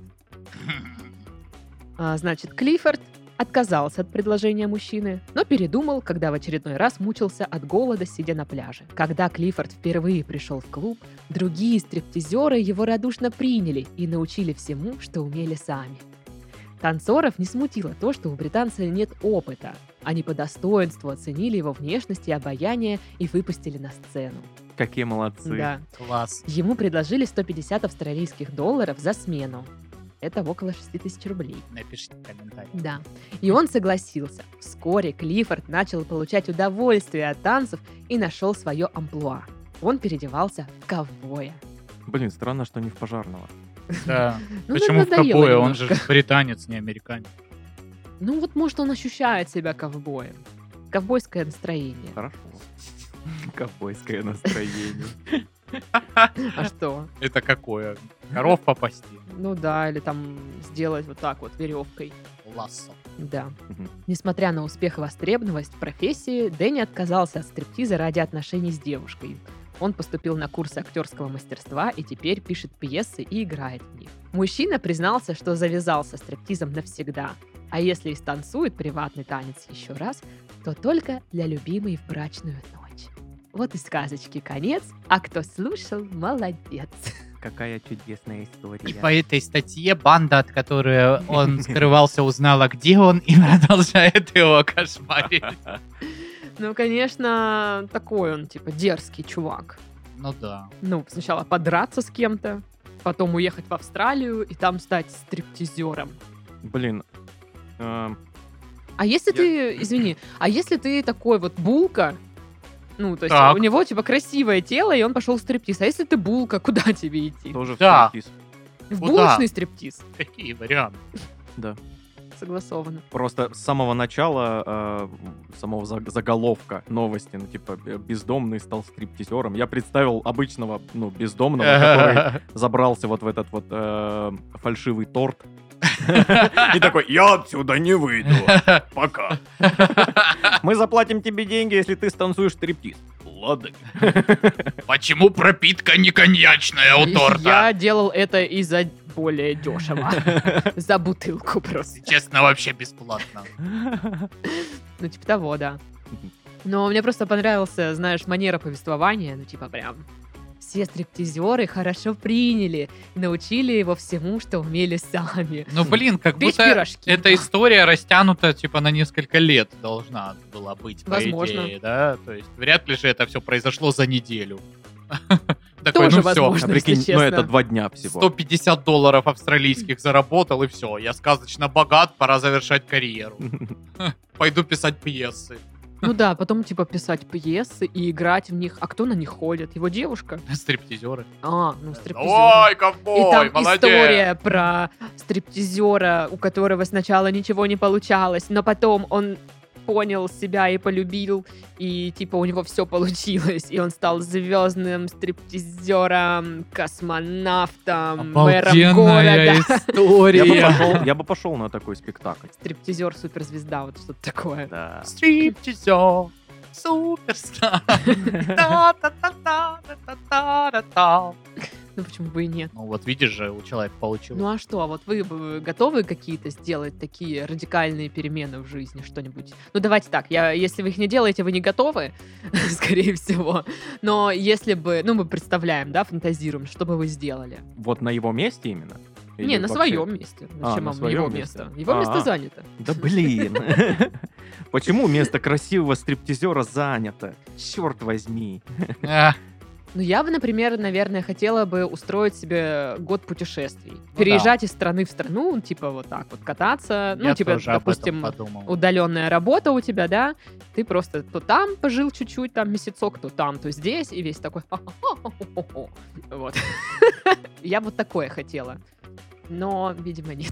Значит, Клиффорд отказался от предложения мужчины, но передумал, когда в очередной раз мучился от голода, сидя на пляже. Когда Клиффорд впервые пришел в клуб, другие стриптизеры его радушно приняли и научили всему, что умели сами. Танцоров не смутило то, что у британца нет опыта. Они по достоинству оценили его внешность и обаяние и выпустили на сцену. Какие молодцы. Да. Класс. Ему предложили 150 австралийских долларов за смену. Это около 6 тысяч рублей. Напишите комментарий. Да. И он согласился. Вскоре Клиффорд начал получать удовольствие от танцев и нашел свое амплуа. Он переодевался в ковбоя. Блин, странно, что не в пожарного. Да. Ну, Почему в надоело ковбое? Он же немножко. британец, не американец. Ну вот, может, он ощущает себя ковбоем. Ковбойское настроение. Хорошо. Ковбойское настроение. А что? Это какое? Коров попасти. Ну да, или там сделать вот так вот веревкой. Лассо. Да. Мгм. Несмотря на успех и востребованность в профессии, Дэнни отказался от стриптиза ради отношений с девушкой. Он поступил на курсы актерского мастерства и теперь пишет пьесы и играет в них. Мужчина признался, что завязался стриптизом навсегда. А если и станцует приватный танец еще раз, то только для любимой в брачную ночь. Вот и сказочки конец, а кто слушал, молодец. Какая чудесная история. И по этой статье банда, от которой он скрывался, узнала, где он, и продолжает его кошмарить. Ну, конечно, такой он, типа, дерзкий чувак. Ну да. Ну, сначала подраться с кем-то, потом уехать в Австралию и там стать стриптизером. Блин. А если ты, извини, а если ты такой вот булка, ну, то есть Так. у него, типа, красивое тело, и он пошел в стриптиз. А если ты булка, куда тебе идти? Тоже в Да. стриптиз. В Куда? булочный стриптиз. Какие варианты? Да. Согласовано. Просто с самого начала, самого заголовка новости, ну, типа, бездомный стал стриптизером. Я представил обычного, ну, бездомного, который забрался вот в этот вот фальшивый торт. И такой, я отсюда не выйду. Пока. Мы заплатим тебе деньги, если ты станцуешь стриптиз. Ладно. Почему пропитка не коньячная у торта? Я делал это из-за более дешево. За бутылку просто. Честно, вообще бесплатно. Ну, типа того, да. Но мне просто понравился, знаешь, манера повествования, ну, типа, прям все стриптизеры хорошо приняли и научили его всему, что умели сами. Ну, блин, как Печь будто пирожки. эта история растянута, типа, на несколько лет должна была быть, по Возможно. идее, да? То есть вряд ли же это все произошло за неделю. Такой, Тоже ну все, возможно. А прикинь, если ну честно. это 2 дня всего. $150 австралийских заработал, и все. Я сказочно богат, пора завершать карьеру. Пойду писать пьесы. Ну да, потом, типа, писать пьесы и играть в них. А кто на них ходит? Его девушка? Стриптизеры. Ну, стриптизеры. Ой, И ковбой, там молодец. история про стриптизера, у которого сначала ничего не получалось, но потом он понял себя и полюбил, и типа у него все получилось, и он стал звездным стриптизером, космонавтом, мэром Обалденная города. история. Я бы пошел на такой спектакль. Стриптизер, суперзвезда, вот что-то такое. Да. Стриптизер, суперстар. Та-та-та-та-та-та-та-та. Ну почему бы и нет? Ну вот видишь же, у человека получилось. Ну а что, а вот вы бы готовы какие-то сделать такие радикальные перемены в жизни, что-нибудь? Ну давайте так, если вы их не делаете, вы не готовы, скорее всего. Но если бы, ну мы представляем, да, фантазируем, что бы вы сделали? Вот на его месте именно? Или Не, на вообще? своем месте. Зачем на вам своем его месте. место? Его место А. занято. Да блин. Почему место красивого стриптизера занято? Черт возьми. А, Ну, я бы, например, наверное, хотела бы устроить себе год путешествий. Ну Переезжать из страны в страну, типа вот так вот кататься. Ну, я типа, тоже об этом допустим, подумал. удаленная работа у тебя, да, ты просто то там пожил чуть-чуть, там месяцок, то там, то здесь, и весь такой «Ха-ха-ха-ха-ха-ха». Вот. Я вот такое хотела. Но, видимо, нет.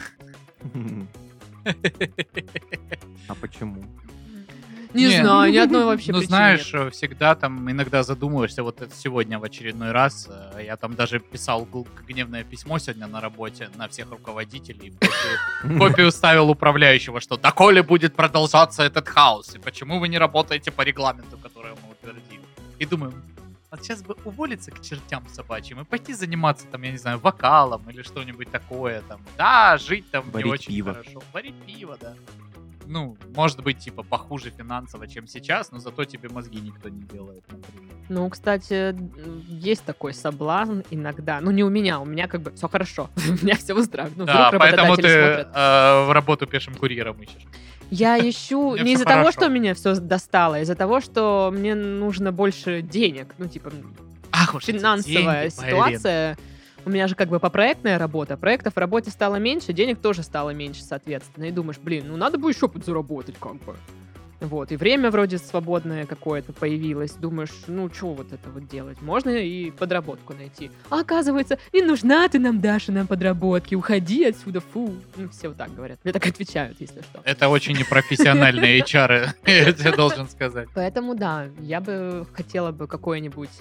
А почему? Не знаю, ни одной вообще Ну, причины знаешь, нет. всегда там иногда задумываешься, вот это сегодня в очередной раз, я там даже писал гневное письмо сегодня на работе на всех руководителей, в копию ставил управляющего, что доколе будет продолжаться этот хаос, и почему вы не работаете по регламенту, который мы утвердили. И думаю, вот сейчас бы уволиться к чертям собачьим и пойти заниматься там, я не знаю, вокалом или что-нибудь такое там. Да, жить там Варить не очень пиво. хорошо. Варить пиво, да. Ну, может быть, типа, похуже финансово, чем сейчас, но зато тебе мозги никто не делает, например. Ну, кстати, есть такой соблазн иногда. Ну, не у меня как бы все хорошо. У меня все устраивает. Ну, Да, вдруг поэтому работодатели ты смотрят. в работу пешим курьером ищешь. Я ищу Мне не всё из-за того, хорошо. что меня все достало, а из-за того, что мне нужно больше денег. Ну, типа, Ах уж эти финансовая деньги, блин. ситуация. У меня же как бы проектная работа. Проектов в работе стало меньше, денег тоже стало меньше, соответственно. И думаешь, блин, ну надо бы еще подзаработать как бы. Вот, и время вроде свободное какое-то появилось. Думаешь, ну что вот это вот делать? Можно и подработку найти. А оказывается, не нужна ты нам, Даша, нам подработки. Уходи отсюда, фу. Ну, все вот так говорят. Мне так отвечают, если что. Это очень непрофессиональные HR, я тебе должен сказать. Поэтому да, я бы хотела бы какой-нибудь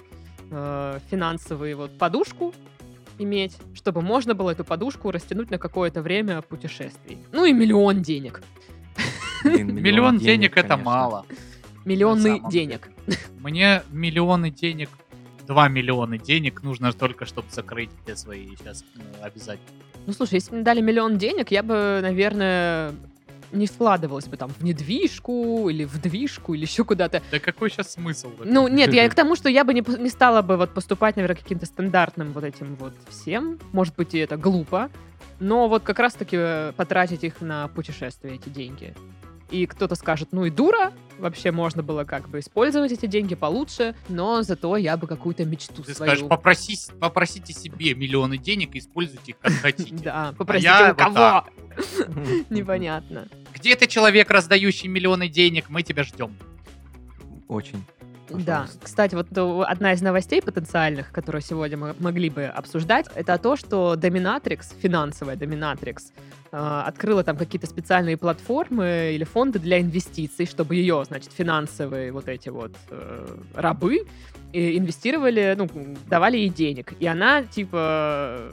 финансовую вот подушку иметь, чтобы можно было эту подушку растянуть на какое-то время путешествий. Ну и $1 000 000 денег. Блин, Миллион денег это конечно. мало. Миллионы самом денег. Мне миллионы денег, 2 миллиона денег нужно только, чтобы закрыть все свои сейчас обязательства. Ну слушай, если бы мне дали $1 000 000 денег, я бы, наверное, не вкладывалась бы там в недвижку или в движку или еще куда-то. Да какой сейчас смысл? в этом? Ну, нет, я к тому, что я бы не стала бы вот поступать, наверное, каким-то стандартным вот этим вот всем. Может быть, и это глупо, но вот как раз-таки потратить их на путешествия, эти деньги. И кто-то скажет, ну и дура, вообще можно было как бы использовать эти деньги получше, но зато я бы какую-то мечту Ты свою... скажешь, попросите себе миллионы денег и используйте их как хотите. Да, А попросите я у вот кого? так. Непонятно. Где ты, человек, раздающий миллионы денег? Мы тебя ждем. Очень. Да, Пожалуйста. кстати, вот одна из новостей потенциальных, которые сегодня мы могли бы обсуждать, это то, что Dominatrix, финансовая Dominatrix, открыла там какие-то специальные платформы или фонды для инвестиций, чтобы ее, значит, финансовые вот эти вот рабы инвестировали, ну, давали ей денег. И она, типа,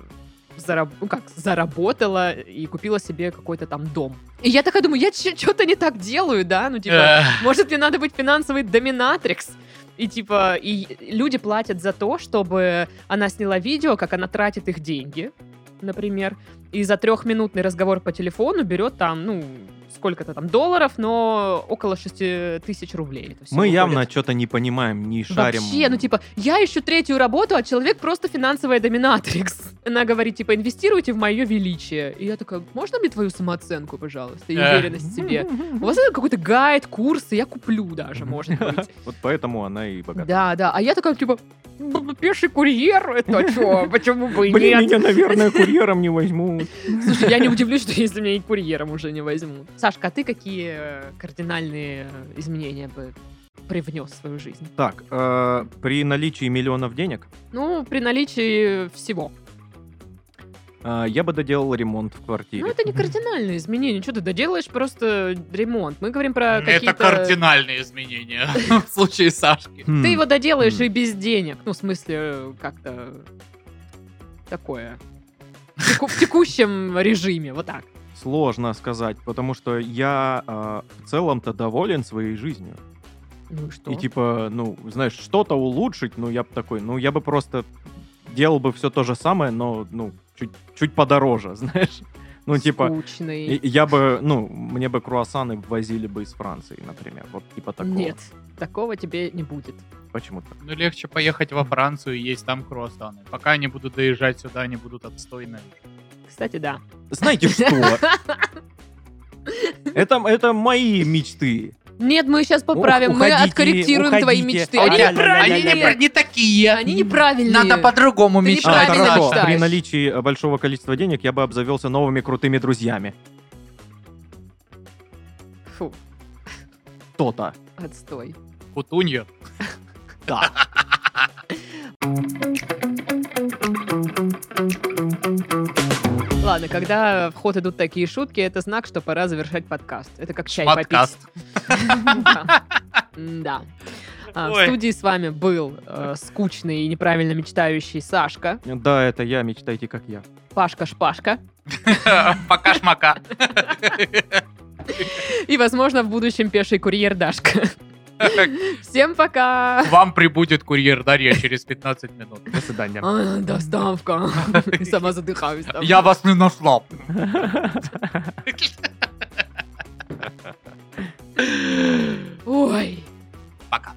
заработала и купила себе какой-то там дом. И я такая думаю, я что-то не так делаю, да? Ну, типа, может, мне надо быть финансовой доминатрикс? И, типа, и люди платят за то, чтобы она сняла видео, как она тратит их деньги, например, и за 3-минутный разговор по телефону берет там, ну, сколько-то там долларов, но около 6000 рублей. это всё Мы явно выходит. что-то не понимаем, не шарим. Вообще, ну типа, я ищу третью работу, а человек просто финансовая доминатрикс. Она говорит, типа, инвестируйте в мое величие. И я такая, можно мне твою самооценку, пожалуйста, и уверенность в себе? У вас это какой-то гайд, курсы, я куплю даже, может быть. Вот поэтому она и богата. Да, да. А я такая, типа, пеший курьер, это что? Почему бы и Блин, нет? меня, наверное, курьером не возьмут. Слушай, я не удивлюсь, что если меня и курьером уже не возьмут. Сашка, а ты какие кардинальные изменения бы привнес в свою жизнь? Так, при наличии миллионов денег Ну, при наличии всего. я бы доделал ремонт в квартире. Ну, это не кардинальные изменения. Что ты доделаешь просто ремонт? Мы говорим про Это какие-то... кардинальные изменения в случае Сашки. Хм. Ты его доделаешь Хм. и без денег. Ну, в смысле, как-то такое. В текущем режиме, вот так. Сложно сказать, потому что я в целом-то доволен своей жизнью. Ну и что? И типа, ну, знаешь, что-то улучшить, ну, я бы такой, ну, я бы просто делал бы все то же самое, но, ну, чуть подороже, знаешь. Ну, типа, Скучный. я бы, ну, мне бы круассаны возили бы из Франции, например. Вот типа такого. Нет, такого тебе не будет. Почему-то. Ну, легче поехать во Францию и есть там круассаны. Пока они будут доезжать сюда, они будут отстойные. Кстати, да. Знаете что? Это мои мечты. Нет, мы сейчас поправим, мы уходите, откорректируем твои уходите. мечты. Они Они неправильные. неправильные. не такие. Они неправильные. Надо по-другому Ты мечтать. неправильно Хорошо, мечтаешь. при наличии большого количества денег я бы обзавелся новыми крутыми друзьями. Фу, То-то. отстой. Кутунья. Да. Ладно, когда в ход идут такие шутки, это знак, что пора завершать подкаст. Это как чай Подкаст. попить. Да. В Ой. студии с вами был скучный и неправильно мечтающий Сашка, Да, это я, мечтайте как я. Пашка-шпашка Пока-шмака. и, возможно, в будущем пеший курьер Дашка. Всем пока! Вам прибудет курьер Дарья через 15 минут. До свидания. Доставка. Сама задыхаюсь там. Я вас не нашла. Ой. Пока.